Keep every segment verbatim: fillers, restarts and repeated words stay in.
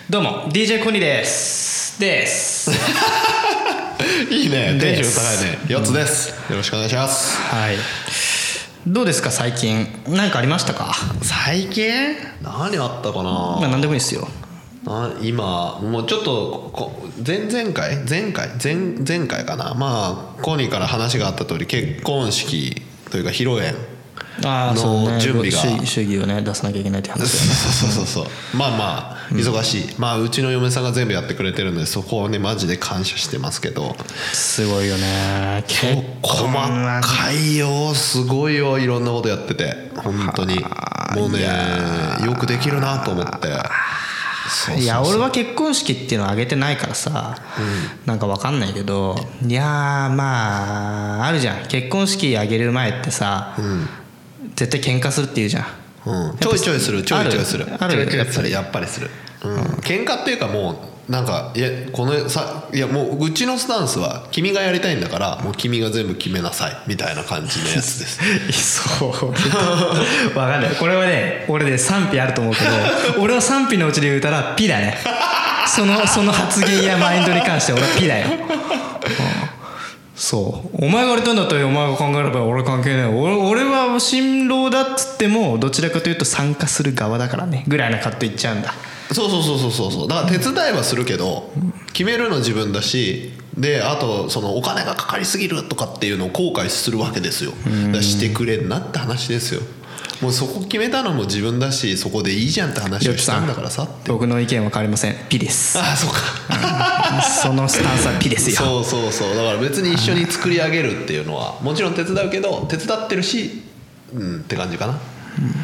どうも ディージェー コニーですですいいね、テンション高いね。よっつです、よろしくお願いします。 はい、どうですか最近、何かありましたか？ 最近何あったかな。 まあ何でもいいですよ。 あ今もうちょっとこ前々回前回前前回かな、まあコニーから話があった通り結婚式というか披露宴の準備が、 祝儀をね出さなきゃいけないって話だよね。 そうそうそうそう、まあまあ忙しい、うん、まあうちの嫁さんが全部やってくれてるんで、そこをねマジで感謝してますけど、 すごいよね。 結構細かいよ、すごいよ、いろんなことやってて本当にもうねよくできるなと思って。そうそうそう、 いや俺は結婚式っていうのを挙げてないからさ、うん、なんか分かんないけど、いやまああるじゃん、結婚式挙げる前ってさ、うん、絶対喧嘩するって言うじゃん、 うん、ちょいちょいするちょいちょいするあるちょいちょいするやっぱりする、うんうん、喧嘩っていうかもうなんかいやこのさいやもううちのスタンスは君がやりたいんだからもう君が全部決めなさいみたいな感じのやつですそう分かんない、これはね俺で賛否あると思うけど俺は賛否のうちで言うたらピだね。そのその発言やマインドに関しては俺はピだよ、うん、そうお前がやりたいんだったらお前が考えれば俺関係ない。 俺, 俺は新郎だっつってもどちらかというと参加する側だからねぐらいなカット言っちゃうんだ。 そうそうそうそうそう、だから手伝いはするけど決めるの自分だし、であとそのお金がかかりすぎるとかっていうのを後悔するわけですよ。だからしてくれんなって話ですよ。もうそこ決めたのも自分だし、そこでいいじゃんって話をしたんだからさって。 僕の意見は変わりません、ピです。 ああそうかそのスタンスはピですよ。 そうそうそう、だから別に一緒に作り上げるっていうのはもちろん手伝うけど手伝ってるし、うんって感じかな、うん、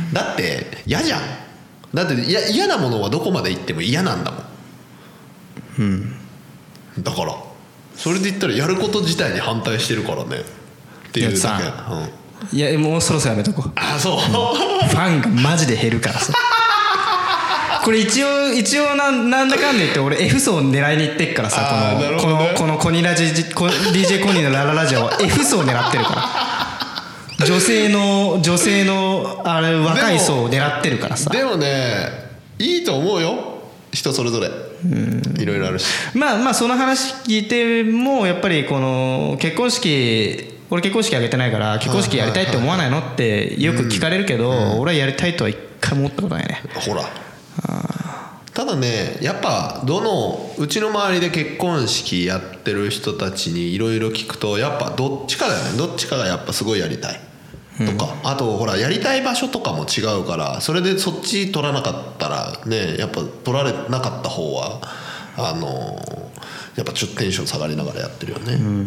だって嫌じゃん。だって嫌なものはどこまで行っても嫌なんだもん、うん、だからそれで言ったらやること自体に反対してるからねっていうだけ、うん、 いやもうそろそろやめとこう。 あそう、うん、 ファンがマジで減るからさこれ一応一応な ん, なんだかんだ言って俺 F 層狙いに行ってっからさ、この、ね、このこのコニラジ ディージェー コニーのラララジオは F 層狙ってるから女性の女性のあれ若い層を狙ってるからさ。 でもねいいと思うよ、人それぞれいろいろあるし。 まあまあその話聞いてもやっぱりこの結婚式、俺結婚式あげてないから結婚式やりたいって思わないのってよく聞かれるけど、俺はやりたいとは一回も思ったことないね。 ほらただねやっぱどのうちの周りで結婚式やってる人たちにいろいろ聞くとやっぱどっちかだよね。どっちかがやっぱすごいやりたいとか、うん、あとほらやりたい場所とかも違うから、それでそっち取らなかったらねやっぱ取られなかった方はあのやっぱちょっとテンション下がりながらやってるよね、うんうん、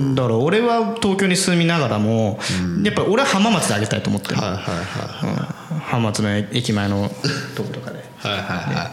だから俺は東京に住みながらも、うん、やっぱ俺は浜松であげたいと思ってる、はいはいはいはい、うん、浜松の駅前のとことかではいはいはい、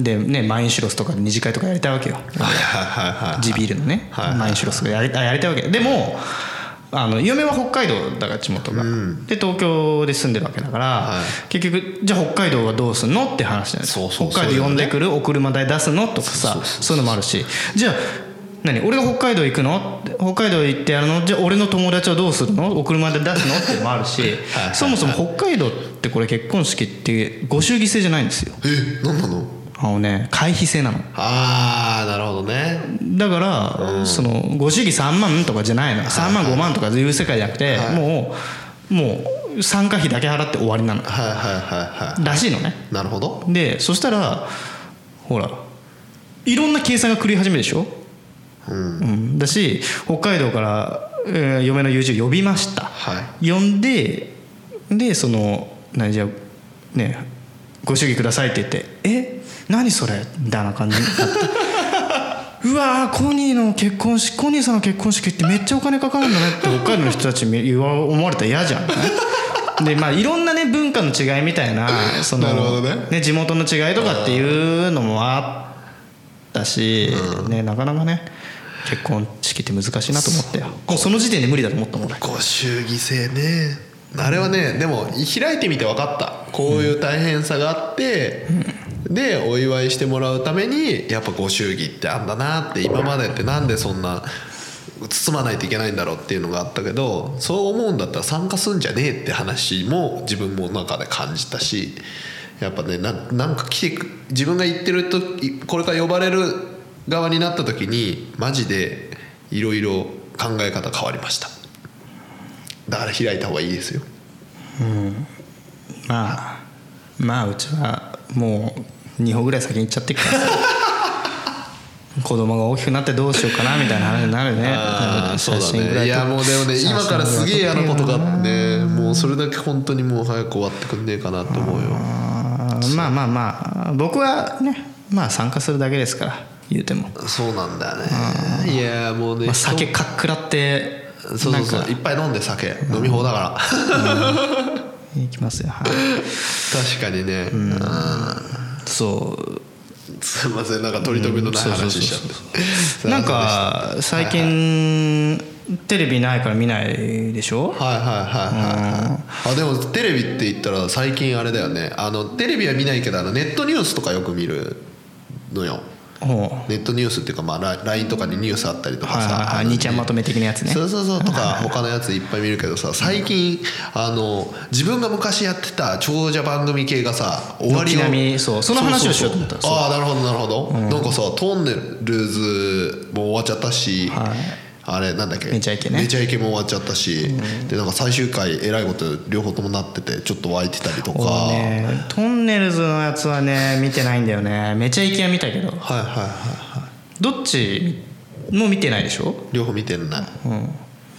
でねマインシュロスとか二次会とかやりたいわけよ、はいはいはいはい、地ビールのね、はいはいはい、マインシュロスがやり、やりたいわけでもあの嫁は北海道だから地元が、うん、で東京で住んでるわけだから、はい、結局じゃあ北海道はどうすんのって話なんです。そうそうそう、北海道呼んでくる、お車代出すのとかさ、そうそうそうそう、そういうのもあるし、じゃあ何俺が北海道行くの、北海道行ってやるの、じゃあ俺の友達はどうするの、お車で出すのっていうのもあるしはいはい、はい、そもそも北海道ってこれ結婚式ってご祝儀制じゃないんですよ。 え何なの。 あのね会費制なの。 ああなるほどね。 だから、うん、そのご祝儀さんまんとかじゃないの、さんまんごまんとかいう世界じゃなくて、はい、もうもう参加費だけ払って終わりなの、はいはいはいはい、らしいのね。 なるほど。 でそしたらほらいろんな計算が繰り始めるでしょ、うんうん、だし北海道から、えー、嫁の友人を呼びました、はい、呼んででその何じゃねご祝儀くださいって言ってえ何それみたいな感じになってうわーコニーの結婚式コニーさんの結婚式ってめっちゃお金かかるんだねって北海道の人たちに言わ思われたら嫌じゃんでまあいろんなね文化の違いみたいなそのなるほど、ねね、地元の違いとかっていうのもあったし、うんね、なかなかね結婚式って難しいなと思ったよ。もうその時点で無理だと思ったもんね。 ご祝儀制ね、あれはねでも開いてみて分かった。こういう大変さがあって、うん、でお祝いしてもらうためにやっぱご祝儀ってあんだなって、今までってなんでそんな包まないといけないんだろうっていうのがあったけど、そう思うんだったら参加すんじゃねえって話も自分も中で感じたし、 やっぱね な, なんか来て自分が行ってるとこれから呼ばれる側になった時にマジでいろいろ考え方変わりました。だから開いた方がいいですよ。 うん、まあまあうちはもうにほぐらい先に行っちゃってるからさ子供が大きくなってどうしようかなみたいな話になるね。 あそうだね。いやもうでもね今からすげえ嫌なことがあってねもうそれだけ本当にもう早く終わってくんねえかなと思うよ。 あまあまあまあ僕はねまあ参加するだけですから言うてもそうなんだよね。いやもうね、 まあ、酒かっくらってそうそうそういっぱい飲んで酒飲み放だから、 うん、いきますよ、はい、 確かにね、うん、 そうすいませんなんか取り留めのない話しちゃってなんか最近、はいはい、テレビないから見ないでしょ。 はいはいはいはい、うん、あでもテレビって言ったら最近あれだよねあのテレビは見ないけどあのネットニュースとかよく見るのよ。ネットニュースっていうか、まあ、ライン とかにニュースあったりとかさ、 はいはいはい、にちゃんまとめ的なやつね。 そうそうそうとか他のやついっぱい見るけどさ最近あの自分が昔やってた長者番組系がさ終わりを軒並みそうその話をしようと思った。 ああなるほどなるほど、うん、なんかさトンネルズも終わっちゃったし、はいあれなんだっけめちゃイケねめちゃイケも終わっちゃったし、うん、でなんか最終回えらいこと両方ともなっててちょっと湧いてたりとか、 ね、トンネルズのやつはね見てないんだよね。めちゃイケは見たけどはいはいはいはいどっちも見てないでしょ。 両方見てない、うん、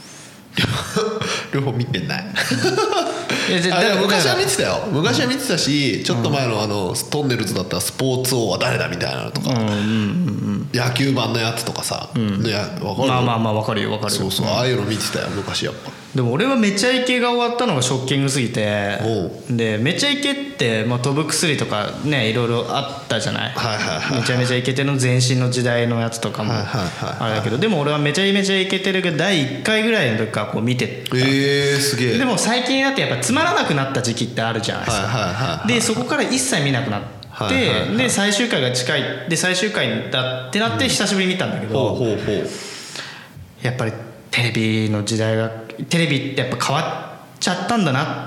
両方見てない昔は見てたよ昔は見てたしちょっと前のあのトンネルズだったらスポーツ王は誰だみたいなのとか、うんうんうん、野球版のやつとかさ、うん、ね、分かる。 まあまあまあ分かるよ分かるよ。 そうそう、うん、ああいうの見てたよ昔やっぱ。 でも俺はめちゃイケが終わったのがショッキングすぎてでめちゃイケって、まあ、飛ぶ薬とかねいろいろあったじゃない、はいはいはい、めちゃめちゃイケてるの前身の時代のやつとかもあれだけどでも俺はめちゃめちゃイケてるがだいいっかいぐらいの時からこう見てた。 えー、すげえ。 でも最近だってやっぱつまらなくなった時期ってあるじゃないですか、はいはいはいはい、でそこから一切見なくなってはいはいはい、で最終回が近いで最終回だってなって久しぶりに見たんだけど、うん、ほうほうほうやっぱりテレビの時代がテレビってやっぱ変わっちゃったんだなって、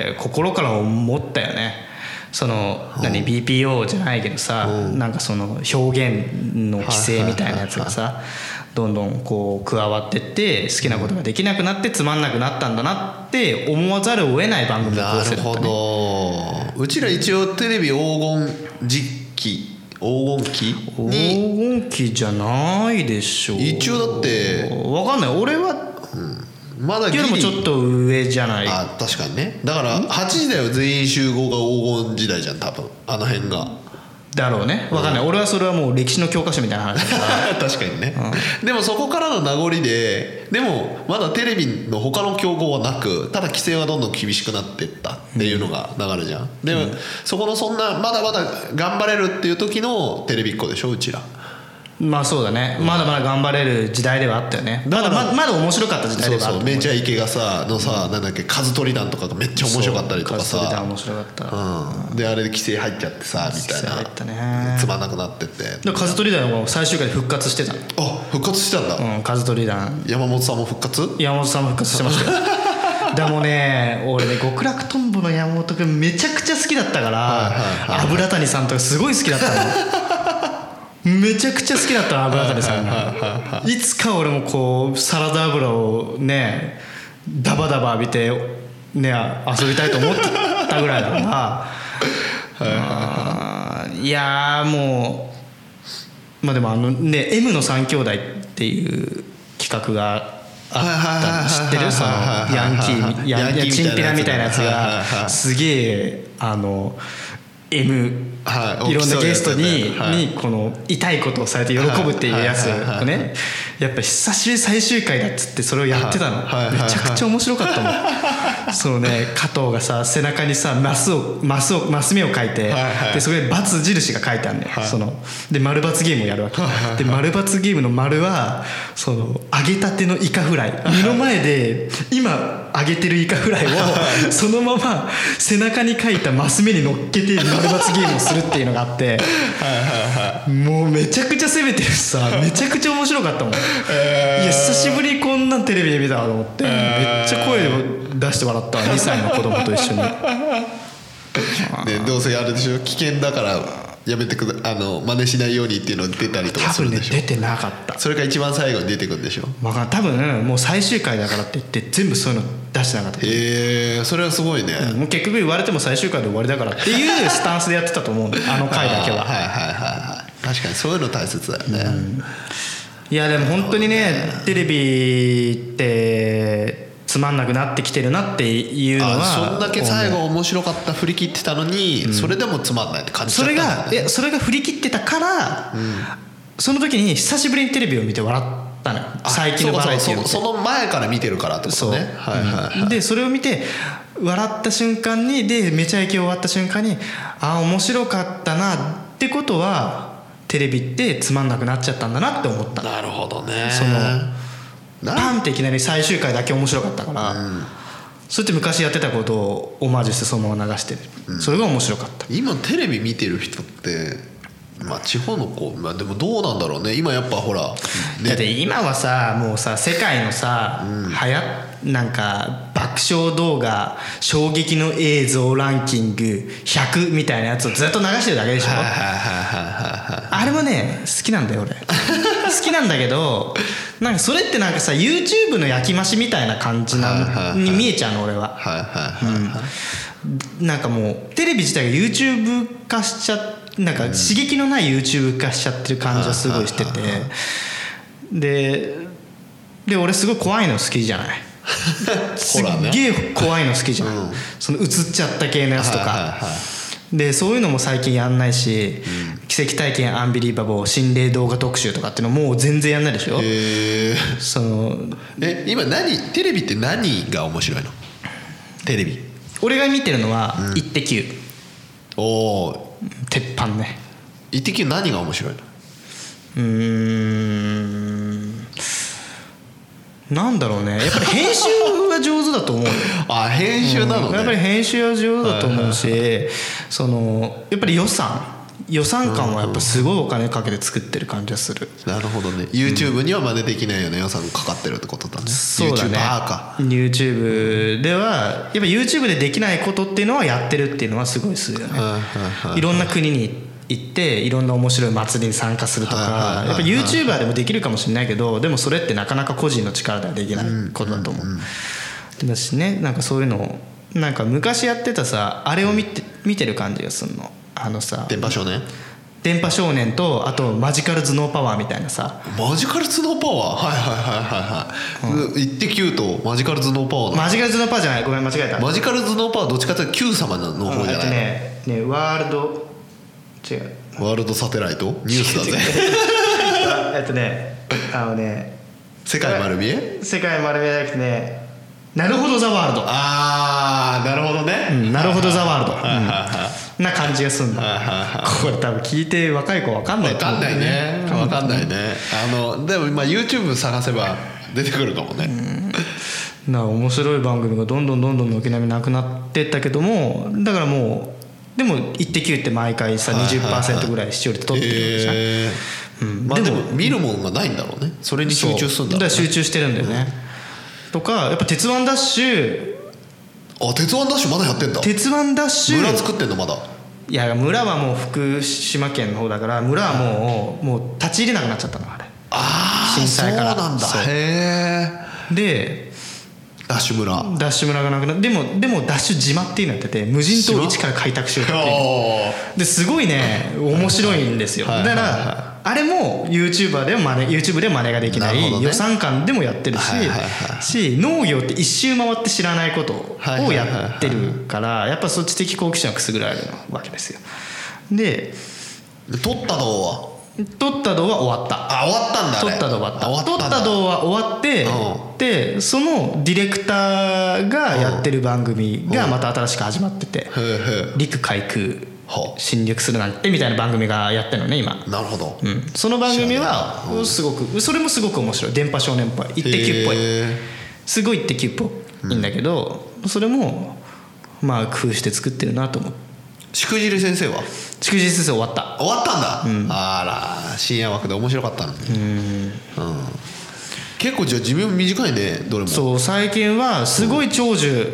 うん、心から思ったよね。その、うん、何 ビーピーオー じゃないけどさ、うん、なんかその表現の規制みたいなやつがさどんどんこう加わってって好きなことができなくなってつまんなくなったんだなって思わざるを得ない番組の構成だったね。 なるほど。うちら一応テレビ黄金時期黄金期黄金期じゃないでしょう。 一応だって分かんない俺は、うんまだギリよりもちょっと上じゃない。 あ確かにね。だからはちじだよ全員集合が黄金時代じゃん多分あの辺がだろうね。分かんない、うん、俺はそれはもう歴史の教科書みたいな話だから確かにね、うん、でもそこからの名残ででもまだテレビの他の競合はなくただ規制はどんどん厳しくなっていったっていうのが流れじゃん、うん、でも、うん、そこのそんなまだまだ頑張れるっていう時のテレビっ子でしょうちら。 まあそうだね、うん、まだまだ頑張れる時代ではあったよね。まだまだまだ面白かった時代ではあった。 そうそうめちゃイケがさのさ、うん、なんだっけ数取り団とかがめっちゃ面白かったりとかさ。 数取り団面白かった、 うん、であれで規制入っちゃってさみたいな入ったねつまんなくなってってで数取り団も最終回で復活してた。 あ復活してたんだ、 うん、数取り団山本さんも復活山本さんも復活してましたよでもね俺ね極楽とんぼの山本君めちゃくちゃ好きだったから、はいはいはい、油谷さんとかすごい好きだったのめちゃくちゃ好きだったの油谷さんがいつか俺もこうサラダ油をねダバダバ浴びてね遊びたいと思ったぐらいだからいやもうまあでもあのね エム のさん兄弟っていう企画があったの知ってる？そのヤンキーヤンキーチンピラみたいなやつがすげえあの M いろんなゲストににこの痛いことをされて喜ぶっていうやつをねやっぱ久しぶり最終回だっつってそれをやってたのめちゃくちゃ面白かったもんそのね加藤がさ背中にさマスをマスをマス目を描いてでそこで×印が書いてあるんだよそので丸×ゲームをやるわけで丸×ゲームの丸はその揚げたてのイカフライ目の前で今揚げてるイカフライをそのまま背中に書いたマス目に乗っけて丸×ゲームをするっていうのがあってもうめちゃくちゃ攻めてるしさめちゃくちゃ面白かったもん、えー、いや久しぶりこんなんテレビで見たと思って、えー、めっちゃ声を出して笑ったにさいの子供と一緒にね、どうせあれでしょ、危険だからやめてくだあの真似しないようにっていうの出たりとかするんでしょ。 多分ね出てなかった。 それが一番最後に出てくるんでしょ。 まあ多分もう最終回だからって言って全部そういうの出してなかった。 へえ、それはすごいね、 うん、もう結局言われても最終回で終わりだからっていうスタンスでやってたと思うんだあの回だけは。 はいはいはいはい、確かにそういうの大切だよね、うん、 いやでも本当にねテレビってつまんなくなってきてるなっていうのは、 そんだけ最後面白かった振り切ってたのに、うん、それでもつまんないって感じちゃったんだよね。 それが、それが振り切ってたから、うん、その時に久しぶりにテレビを見て笑ったのよ。最近のバラエティーを見て。 その前から見てるからってことね。はいはいはい、でそれを見て笑った瞬間にでめちゃイケ終わった瞬間にああ面白かったなってことはテレビってつまんなくなっちゃったんだなって思った。 なるほどね。 そのパンっていきなり最終回だけ面白かったから、うん、そうやって昔やってたことをオマージュしてそのまま流してる、うん、それが面白かった。 今テレビ見てる人ってまあ地方の子、まあ、でもどうなんだろうね。今やっぱほら、ね、 だって今はさもうさ世界のさ、うん、はやなんか爆笑動画衝撃の映像ランキングひゃくみたいなやつをずっと流してるだけでしょ。あれもね好きなんだよ俺好きなんだけどなんかそれってなんかさ YouTube の焼き増しみたいな感じなに見えちゃうの俺は。なんかもうテレビ自体が YouTube 化しちゃなんか刺激のない YouTube 化しちゃってる感じはすごいしてて、でで俺すごい怖いの好きじゃないすっげえ怖いの好きじゃん、うん、その映っちゃった系のやつとかでそういうのも最近やんないし、うん、奇跡体験アンビリーバボー心霊動画特集とかっていうのもう全然やんないでしょ。 へえ。 そのえ今何テレビって何が面白いの？テレビ俺が見てるのはイッテ Q、 うん、おー鉄板ね。 イッテ Q 何が面白いの？ うーんなんだろうねやっぱり編集は上手だと思うあ編集なのね、 うん、やっぱり編集は上手だと思うし、はいはいはい、そのやっぱり予算予算感はやっぱすごいお金かけて作ってる感じがする、 うんうん、なるほどね。 YouTube には真似できないような予算かかってるってことだね。 そうだね YouTuber か YouTube ではやっぱ YouTube でできないことっていうのはやってるっていうのはすごいするよね、うん、いろんな国に行っていろんな面白い祭りに参加するとかやっぱ YouTuber でもできるかもしれないけどでもそれってなかなか個人の力ではできないことだと思う、うんうんうん、だしねなんかそういうのをなんか昔やってたさあれを見て見てる感じがするの。あのさ電波少年電波少年とあとマジカル頭脳パワーみたいなさ。 マジカル頭脳パワーはいはいはいはいはい、うん、イッテ Q とマジカル頭脳パワーマジカル頭脳パワーじゃないごめん間違えた。 マジカル頭脳パワーどっちかというと Q 様の方じゃない、うん、 ねねワールド違うワールドサテライトニュースだぜえっとねあのね世界丸見え世界丸見えじゃなくてねなるほどザワールド。 ああなるほどね、 うん、なるほどザワールド、うん、な感じがするんだこれ多分聞いて若い子分かんないと思う、ね、分かんないね分かんないね。あのでもまあ YouTube 探せば出てくるかもね。 うんな面白い番組がどんどんどんどん軒並みなくなってったけどもだからもうでも「イッテ Q!」って毎回さ にじゅっパーセント ぐらい視聴率取ってるわけじゃん、えーうん、まあでも見るものがないんだろうね。それに集中するんだろうね。 だから集中してるんだよね、うん、とかやっぱ「鉄腕ダッシュ」 あ鉄腕ダッシュまだやってんだ。 鉄腕ダッシュ村作ってんのまだ。 いや村はもう福島県の方だから村はもう、もう立ち入れなくなっちゃったのあれ。 ああ震災からそうなんだ。へえでダッシュ村ダッシュ村がなくなってでもでもダッシュ島っていうのやってて無人島を一から開拓しようっていうですごいね面白いんですよ。だからあれも YouTuber でも真似 YouTube でも真似ができない、ね、予算感でもやってるし、はいはいはい、し農業って一周回って知らないことをやってるからやっぱそっち的好奇心はくすぐられるわけですよ。で撮った動画は撮った動画は終わった。 あ終わったんだ。 撮った動画終わった。撮った動画は終わって、うん、でそのディレクターがやってる番組がまた新しく始まってて「陸海空侵略するなんて」みたいな番組がやってるのね今。 なるほど、 うん、その番組はすごくそれもすごく面白い。電波少年っぽいイッテ Q っぽいすごいイッテ Q っぽいんだけど、うん、それもまあ工夫して作ってるなと思って。 しくじり先生はしくじり先生終わった終わったんだ、 うん、 あら深夜枠で面白かったのに、うん、 うん、 結構じゃあ寿命短いねどれも。 そう最近はすごい長寿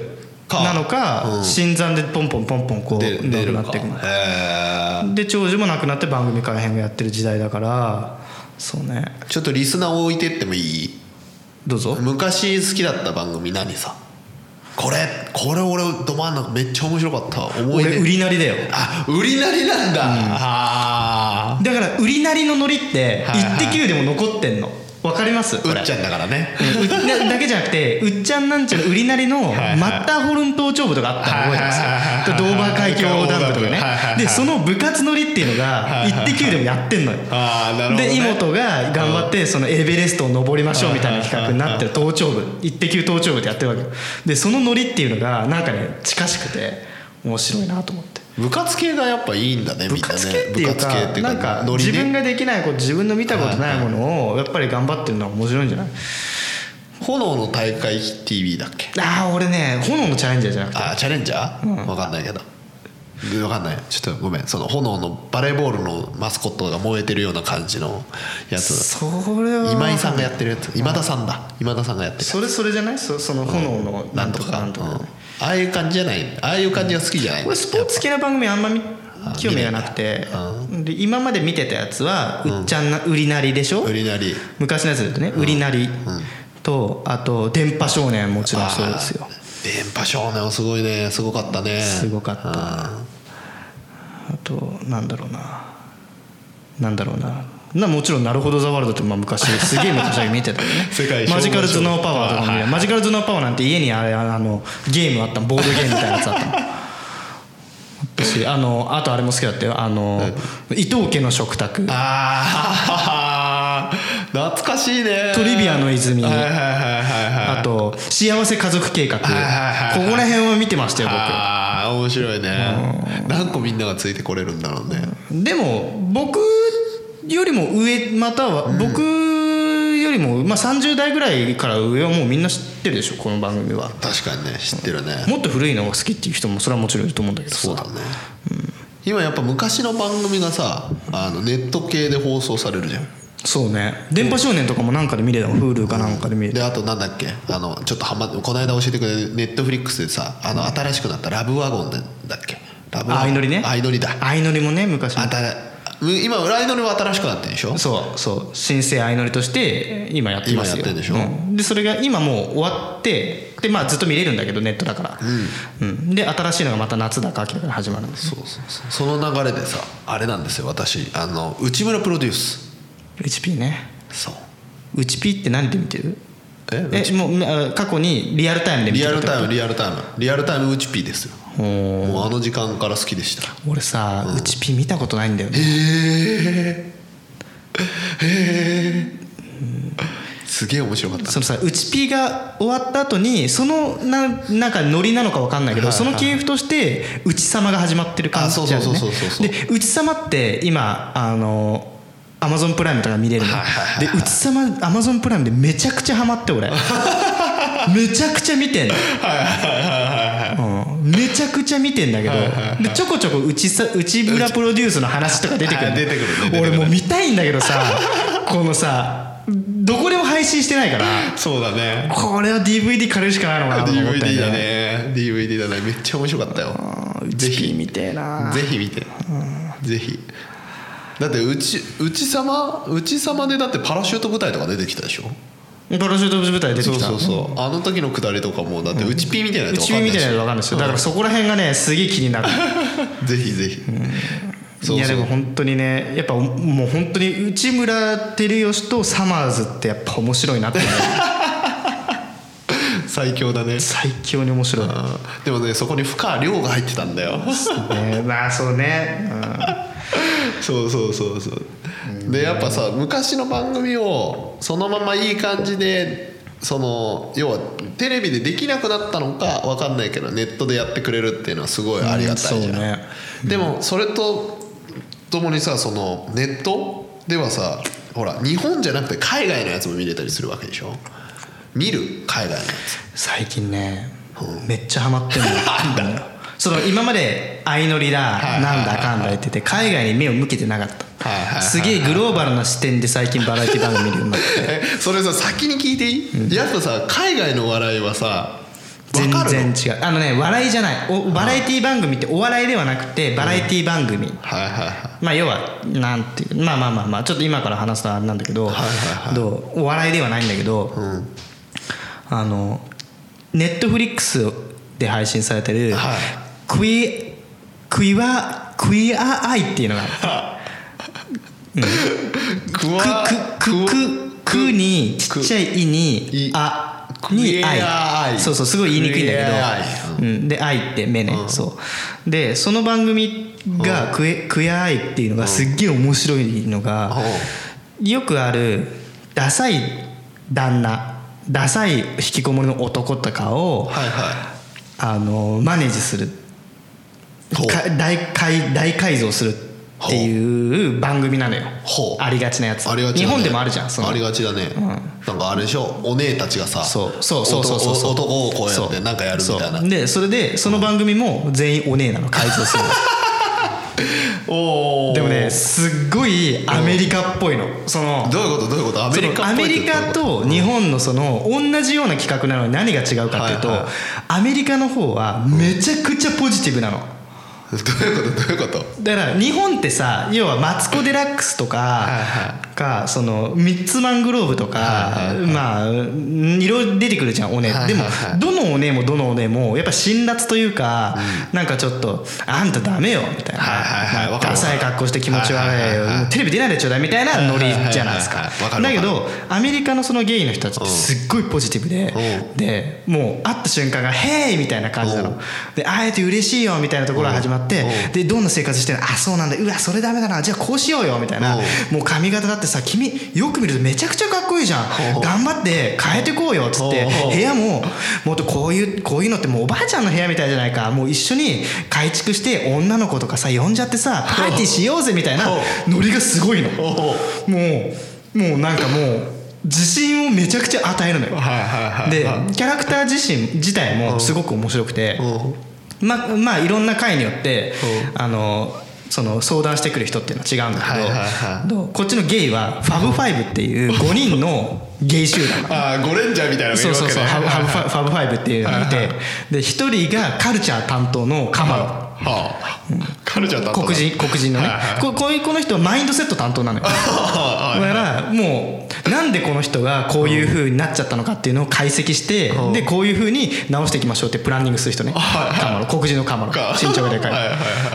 なのか、うん、新参でポンポンポンポンこう亡くなっていくのかで長寿も亡くなって番組改編をやってる時代だからそうね。 ちょっとリスナーを置いてってもいい？ どうぞ。 昔好きだった番組何さ？これこれ俺ど真ん中めっちゃ面白かった思い出。 俺売りなりだよ。 あ売りなりなんだ、うん、あだから売りなりのノリって「イッテ Q!」でも残ってんのわかります？ うっちゃんだからね、 うん、だけじゃなくてうっちゃんなんちゃら売りなりのマッターホルン頭頂部とかあったの覚えてます？ドーバー海峡横断部とかね。でその部活乗りっていうのが「イッテ Q!」でもやってんのよ。 あなるほど、ね、 で妹が頑張ってそのエベレストを登りましょうみたいな企画になってる頭頂部「イッテ Q! 頭頂部」ってやってるわけよ。でそのノリっていうのがなんかね近しくて面白いなと思って。 部活系がやっぱいいんだねみんなね。 部活系っていうか、っていうかなんか自分ができないこと自分の見たことないものをやっぱり頑張ってるのは面白いんじゃない？ 炎の大会 ティーブイ だっけ？ ああ俺ね炎のチャレンジャーじゃなくてあチャレンジャー、うん、分かんないけど分かんないちょっとごめん。その炎のバレーボールのマスコットが燃えてるような感じのやつ。 それは今井さんがやってるやつ。今田さんだ今田さんがやってる。 それそれじゃない？ そ, その炎のなんとかなんとか、うん、 ああいう感じじゃない。ああいう感じが好きじゃない。 俺スポーツ好きな番組あんま見興味がなくて、うん、で今まで見てたやつはうっちゃんな売りなりでしょ。 売りなり昔のやつだとね、売りなりとあと電波少年もちろんそうですよ。 電波少年はすごいね。すごかったね。 すごかった。あとなんだろうななんだろうななもちろんなるほどザワールドってまあ昔すげえ昔だけ見てたよね世界マジカル頭脳パワーとか見てマジカル頭脳パワーなんて家にあれあのゲームあったのボードゲームみたいなやつあったの私あのあとあれも好きだったよあの、うん、伊藤家の食卓。 ああ懐かしいね。 トリビアの泉、あと幸せ家族計画、ここら辺は見てましたよ僕。 ああ面白いね、うん、何個みんながついてこれるんだろうね。 でも僕よりも上または、うん、僕よりも、まあ、さんじゅう代ぐらいから上はもうみんな知ってるでしょこの番組は。 確かにね知ってるね。 もっと古いのが好きっていう人もそれはもちろんいると思うんだけどさ。 そうだね、うん、今やっぱ昔の番組がさあのネット系で放送されるじゃん。 そうね。電波少年とかもなんかで見れたの Hulu かなんかで見れた、 うん、であとなんだっけあのちょっとはまこの間教えてくれるネットフリックスでさあの新しくなったラブワゴンだっけ。ラブワゴン相乗りね。 相乗りだ。 相乗りもね昔も今相乗りは新しくなってるでしょ。 そうそう新生相乗りとして今やってますよ。 今やってるでしょ、うん、 でそれが今もう終わってで、まあ、ずっと見れるんだけどネットだから、うんうん、で新しいのがまた夏だか秋だから始まるんです。 そうそうそう。その流れでさあれなんですよ私あの内村プロデュースエイチピー ね。 そううちピーって何で見てる？ ええもう過去にリアルタイムで見てる？ リアルタイムリアルタイムリアルタイムうちピーですよ。もうあの時間から好きでした。 俺さ、うん、うちピー見たことないんだよね。 へえへえ、うん、すげえ面白かった。 そのさうちピーが終わった後にそのななんかノリなのか分かんないけど、はいはいはい、その系譜としてうち様が始まってる感じあるね。 そうそうそうそうそう。 でうち様って今あのアマゾンプライムとか見れるの、はいはいはい、でうち様アマゾンプライムでめちゃくちゃハマって俺めちゃくちゃ見てんの、うん、めちゃくちゃ見てんだけど、はいはいはい、でちょこちょこうちさ内村プロデュースの話とか出てくる出てくる、 俺もう見たいんだけどさこのさどこでも配信してないからそうだねこれは ディーブイディー 借りるしかないのかなと思ったんだよね。 ディーブイディー だね ディーブイディー だねめっちゃ面白かったよ。 ぜひ見てえな。 ぜひ見て、うん、ぜひだってうちうち様うち様でだってパラシュート部隊とか出てきたでしょ。 パラシュート部隊出てきた。 そうそうそう、うん、あの時のくだりとかもだってうちピーみたいなやつ分かんないし、 うちピーみたいなやつ分かんないですよ。だからそこら辺がねすげえ気になるぜひぜひ、うん、そうそう。 いやでも本当にねやっぱもう本当に内村光良とサマーズってやっぱ面白いなって最強だね。 最強に面白い。 でもねそこに深川亮が入ってたんだよね。まあそうね、うんそうそうそうそう。でやっぱさ昔の番組をそのままいい感じでその要はテレビでできなくなったのか分かんないけどネットでやってくれるっていうのはすごいありがたいじゃん、うんそうねうん、でもそれとともにさそのネットではさほら日本じゃなくて海外のやつも見れたりするわけでしょ。見る海外のやつ最近ね、うん、めっちゃハマってんのなんだその今まで相乗りだなんだかんだ言ってて海外に目を向けてなかった、はいはいはいはい、すげえグローバルな視点で最近バラエティ番組見るようになってそれさ先に聞いていい、うん、やっぱさ海外の笑いはさ全然違う。あのね笑いじゃない、おバラエティ番組ってお笑いではなくてバラエティ番組、うん、はいはいはい、まあ要はなんていうまあまあまあまあちょっと今から話すとあれなんだけど、はいはいはい、どうお笑いではないんだけど、うん、あのネットフリックスで配信されてる、はい、クイクイアクイアアイっていうのがある、うん、クワククククにちっちゃいイにあに愛、そうそうすごい言いにくいんだけど、うん、で愛って目ね、うん、そうでその番組がクエクエア愛っていうのがすっげえ面白いのが、よくあるダサい旦那ダサい引きこもりの男とかを、はいはい、あのマネージする大改大改造するっていう番組なのよ。ありがちなやつ、ね、日本でもあるじゃん。そのありがちだね、うん、なんかあれでしょ、お姉たちがさそうそうそうそうそうそう男をこうやってなんかやるみたいな。 でそれでその番組も全員お姉なの、改造するおでもねすっごいアメリカっぽいの。そのどういうことどういうこと、アメリカっぽいアメリカと日本のその同じような企画なのに何が違うかっていうと、はいはい、アメリカの方はめちゃくちゃポジティブなの。 どういうことどういうこと。 だから日本ってさ、要はマツコ・デラックスとか、はいはい、かそのミッツマングローブとか、はいはいはい、まあいろいろ出てくるじゃんおね、はいはいはい、でもどのおねもどのおねもやっぱ辛辣というか、うん、なんかちょっとあんたダメよみたいな、はいはいはい、ダサい格好して気持ち悪いよ、はいはいはい、テレビ出ないでちょうだいみたいなノリじゃないですか。だけどアメリカのそのゲイの人たちってすっごいポジティブで、うん、でもう会った瞬間がヘイみたいな感じなので、会えて嬉しいよみたいなところが始まって、でどんな生活してるの、あそうなんだ、うわそれダメだな、じゃあこうしようよみたいな、もう髪型だってさ君よく見るとめちゃくちゃかっこいいじゃん、頑張って変えてこうよっつって、部屋ももっとこういうこういうのってもうおばあちゃんの部屋みたいじゃないか、もう一緒に改築して女の子とかさ呼んじゃってさパーティーしようぜみたいなノリがすごいの。もうもうなんかもう自信をめちゃくちゃ与えるのよ。でキャラクター自身自体もすごく面白くて、ままあいろんな回によってあのその相談してくる人っていうのは違うんだけど、はいはいはい、こっちのゲイはファブファイブっていうごにんのゲイ集団ああゴレンジャーみたいなのがいるわけね。 そうそうそう、はいはい、ファブファイブっていうのがいて、はいはい、でひとりがカルチャー担当のカマロ、はあうん、カルチャー担当黒人黒人のね、はいはい、こ, こういうこの人はマインドセット担当なのよ。だからもうなんでこの人がこういう風になっちゃったのかっていうのを解析して、うん、でこういう風に直していきましょうってプランニングする人ね、はいはい、カマロ黒人のカマロ身長がでかい、はいはいはい、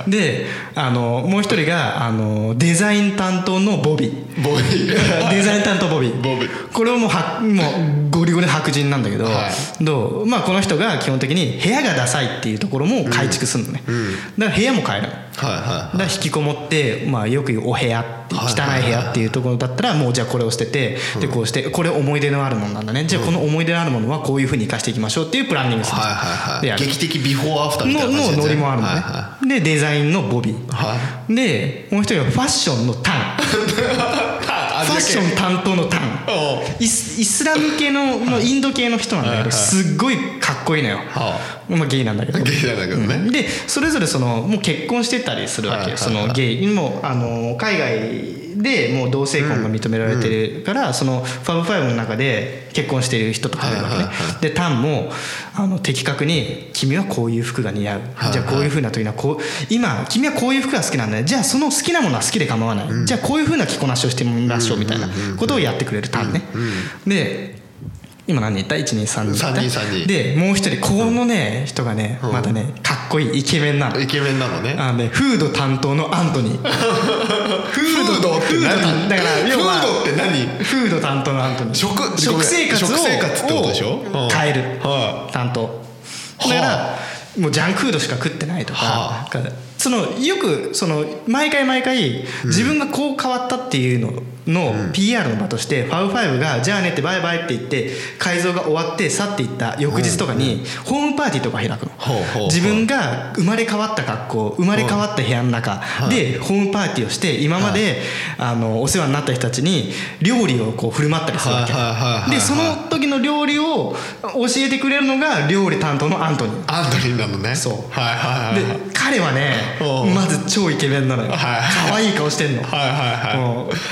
であのもう一人があのデザイン担当のボビーボビーデザイン担当ボビーボビこれをもうはもうゴリゴリ白人なんだけど、はい、どうまあこの人が基本的に部屋がダサいっていうところも改築するのね、うんうん、だから部屋も変えるの、はいはいはい、だから引きこもって、まあ、よく言うお部屋って汚い部屋っていうところだったらもうじゃあこれを捨てて、うん、でこうしてこれ思い出のあるものなんだね、じゃあこの思い出のあるものはこういうふうに生かしていきましょうっていうプランニングする、はいはいはい、 劇的ビフォーアフターみたいな感じでのノリもあるのね、はいはい、でデザインのボビー、はい、でもう一人はファッションのタンファッション担当のタンイス、イスラム系 の, のインド系の人なんだけど、はいはい、すっごいかっこいいのよ、はあまあ、ゲイなんだけどゲイなんだけどね、 うん、でそれぞれそのもう結婚してたりするわけよ、はいはいはい、そのゲイもあの海外でもう同性婚が認められてるから、うん、そのファブファイブの中で結婚してる人とかいるわけね、はいはいはい、でタンもあの的確に君はこういう服が似合う、はいはい、じゃあこういう風な時にはこう今君はこういう服が好きなんだね、じゃあその好きなものは好きで構わない、うん、じゃあこういう風な着こなしをしてみましょうみたいなことをやってくれるタンね、うんうんうん、で今何人いった ?いちにさんにんいったさんにんさんにんでもう一人このね、うん、人がねまたねかっこいいイケメンなのイケメンなのねあのねフード担当のアントニーフードって何だから要はフードって何フード担当のアントニー 食, 食生活を食生活ってことでしょ変える、はあ、担当だから、はあ、もうジャンクフードしか食ってないとか、はあ、そのよくその毎回毎回自分がこう変わったっていうのの ピーアール の場としてファブファイブがじゃあねってバイバイって言って改造が終わって去っていった翌日とかにホームパーティーとか開くの、自分が生まれ変わった学校生まれ変わった部屋の中でホームパーティーをして今まであのお世話になった人たちに料理をこう振る舞ったりするわけで、その時の料理を教えてくれるのが料理担当のアントニーアントニーなのね。 そう、はいはいはい、で彼はねまず超イケメンなのよ、はい、可愛い顔してんの、はいはいはい、 あか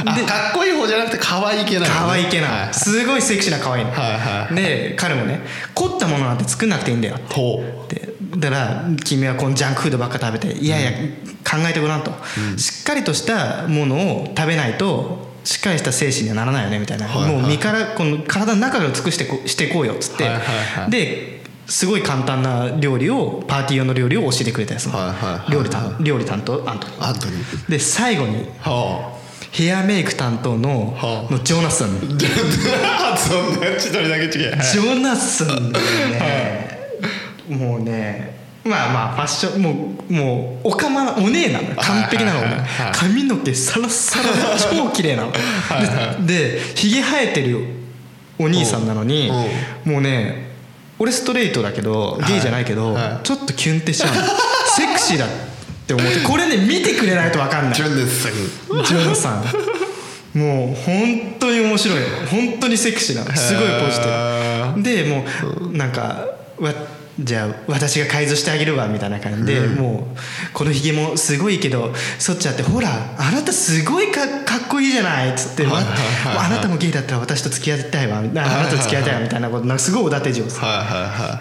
かっこいい方じゃなくて可愛い系なの、ね、 可愛い系なの、はい、すごいセクシーな可愛いの、 はいはい、 で彼もね凝ったものなんて作んなくていいんだよってほうでだから君はこのジャンクフードばっか食べていやいや考えてごらんと、うん、しっかりとしたものを食べないとしっかりした精神にはならないよねみたいな、はいはい、もう身からこの体の中から尽くしてこしていこうよっつって、はいはいはい、ですごい簡単な料理をパーティー用の料理を教えてくれたやつ、はいはいはい、料理担料理担当アントニー、 アントニーで最後に、はあヘアメイク担当 の,、はあ、のジョナサンそんな一人だけ違うジョナサンね、はあ、もうねまあまあファッションもうもうおかまなお姉なの完璧なの、ね、髪の毛サラサラで超綺麗なのでひげ生えてるお兄さんなのにもうね俺ストレートだけどゲイじゃないけど、はいはい、ちょっとキュンってしちゃうのセクシーだって思ってこれね見てくれないと分かんないジョナサンジョナサンもう本当に面白い本当にセクシーなのすごいポジティブでもうなんかわじゃあ私が改造してあげるわみたいな感じで、うん、もうこのひげもすごいけど剃っちゃってほらあなたすごい か, かっこいいじゃないっつって、はいはいはいはい、あなたもゲイだったら私と付き合いたいわあなたと付き合いたいわみたいなことなんかすごいおだて上手、はいはいはい、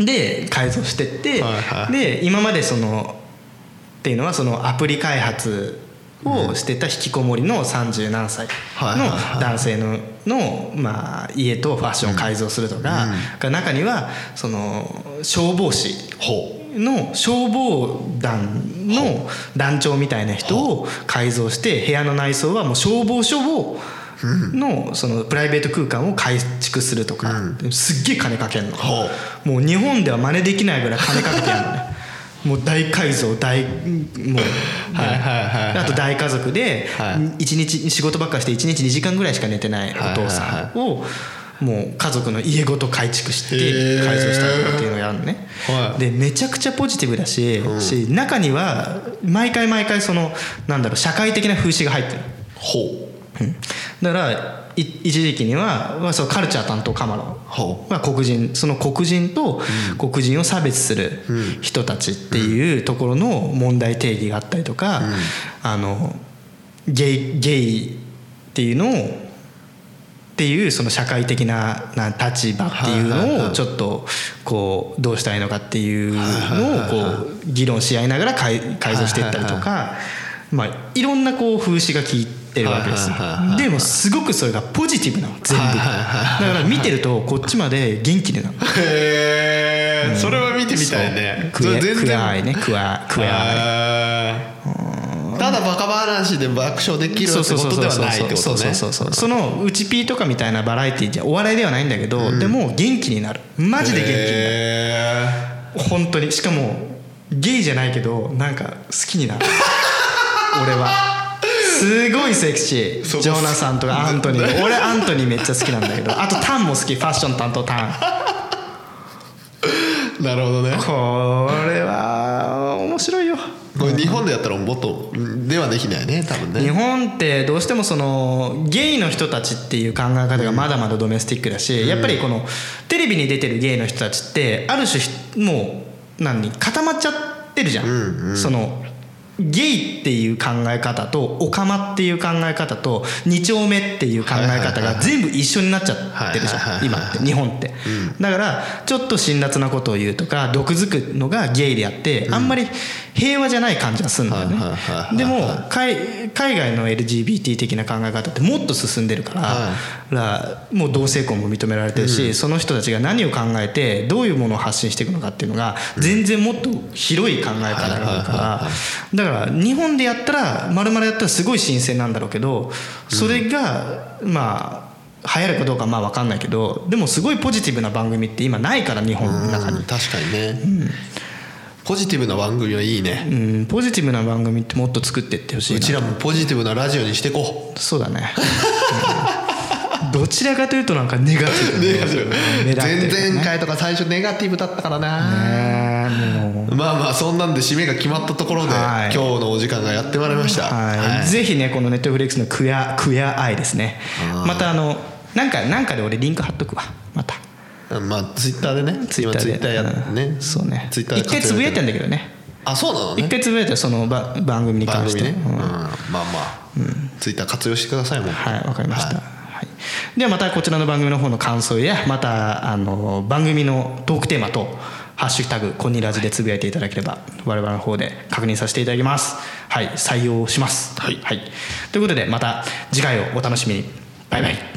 で改造してって、はいはい、で今までそのっていうのはそのアプリ開発をしてた引きこもりのさんじゅうなんさいの男性ののまあ家とファッションを改造するとか、うん、中にはその消防士の消防団の団長みたいな人を改造して部屋の内装はもう消防署をのそのプライベート空間を改築するとか、うん、すっげえ金かけんのもう日本では真似できないぐらい金かけてやるのねもう大改造大もう、はいはいはいはい、あと大家族で一日仕事ばっかりしていちにちにじかんぐらいしか寝てないお父さんをもう家族の家ごと改築して改造したりとかっていうのをやるのね、はい、でめちゃくちゃポジティブだし、うん、し中には毎回毎回そのなんだろう社会的な風刺が入ってるほう、 うん、だから一時期には、まあ、そのカルチャー担当カマロン、まあ、黒人その黒人と黒人を差別する人たちっていうところの問題定義があったりとか、うん、あのゲイ、ゲイっていうのをっていうその社会的な立場っていうのをちょっとこうどうしたらいいのかっていうのをこう議論し合いながら改造していったりとか、まあいろんなこう風刺が効いててるわけです。でもすごくそれがポジティブなの全部だから見てるとこっちまで元気になるへえ、うん、それは見てみたいね。 クエアイねクエアイただバカ話で爆笑できるってことではないってことね。 そのうちピーとかみたいなバラエティーじゃお笑いではないんだけど、うん、でも元気になるマジで元気になる本当に。しかもゲイじゃないけどなんか好きになる俺はすごいセクシージョナサンとかアントニー俺アントニーめっちゃ好きなんだけどあとタンも好きファッション担当タンなるほどね。 これは面白いよ。 これ日本でやったらもっとではできないね多分ね。 日本ってどうしてもそのゲイの人たちっていう考え方がまだまだドメスティックだし、うん、やっぱりこのテレビに出てるゲイの人たちってある種もう何固まっちゃってるじゃん、うんうん、そのゲイっていう考え方とオカマっていう考え方と二丁目っていう考え方が全部一緒になっちゃってるじゃん今って日本って、うん、だからちょっと辛辣なことを言うとか毒づくのがゲイであってあんまり平和じゃない感じがするんだよね。でも海外の エルジービーティー 的な考え方ってもっと進んでるから、はい、もう同性婚も認められてるし、うん、その人たちが何を考えてどういうものを発信していくのかっていうのが全然もっと広い考え方があるからだから日本でやったら丸々やったらすごい新鮮なんだろうけどそれがまあ流行るかどうかまあ分かんないけどでもすごいポジティブな番組って今ないから日本の中に。 確かにね、うん、ポジティブな番組はいいね、 うん、ポジティブな番組ってもっと作っていってほしいな。 うちらもポジティブなラジオにしていこう。そうだね、うん、どちらかというとなんかネガティブネガティブ前々回とか最初ネガティブだったからな、ね、もうまあまあそんなんで締めが決まったところで、はい、今日のお時間がやってまいりました、 はいはい、ぜひねこのネットフリックスのクエアクエアアイですね。またあのなんかなんかで俺リンク貼っとくわまた。 まあツイッターでねツイッターでツイッターやね、 うん、そうねツイッターで一回つぶやいてんだけどねあ、そうなのね。 一回つぶやいたそのば番組に関して、 番組ね、うん、まあまあ、うん、ツイッター活用してくださいもん。 はい、わかりました、はいはい、ではまたこちらの番組の方の感想やまたあの番組のトークテーマとハッシュタグコニラジでつぶやいていただければ我々の方で確認させていただきます。はい、採用します。 はい、 はい、ということでまた次回をお楽しみに。バイバイ。